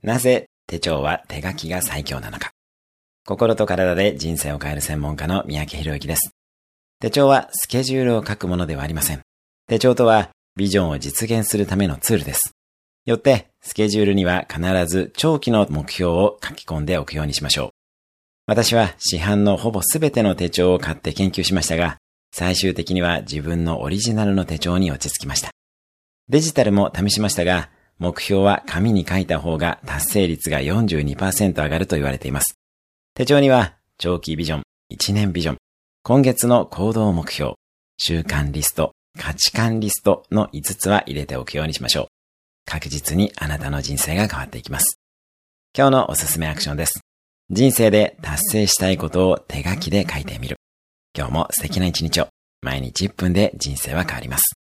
なぜ手帳は手書きが最強なのか。心と体で人生を変える専門家の三宅宏之です。手帳はスケジュールを書くものではありません。手帳とはビジョンを実現するためのツールです。よってスケジュールには必ず長期の目標を書き込んでおくようにしましょう。私は市販のほぼすべての手帳を買って研究しましたが、最終的には自分のオリジナルの手帳に落ち着きました。デジタルも試しましたが、目標は紙に書いた方が達成率が 42% 上がると言われています。手帳には長期ビジョン、1年ビジョン、今月の行動目標、習慣リスト、価値観リストの5つは入れておくようにしましょう。確実にあなたの人生が変わっていきます。今日のおすすめアクションです。人生で達成したいことを手書きで書いてみる。今日も素敵な一日を。毎日1分で人生は変わります。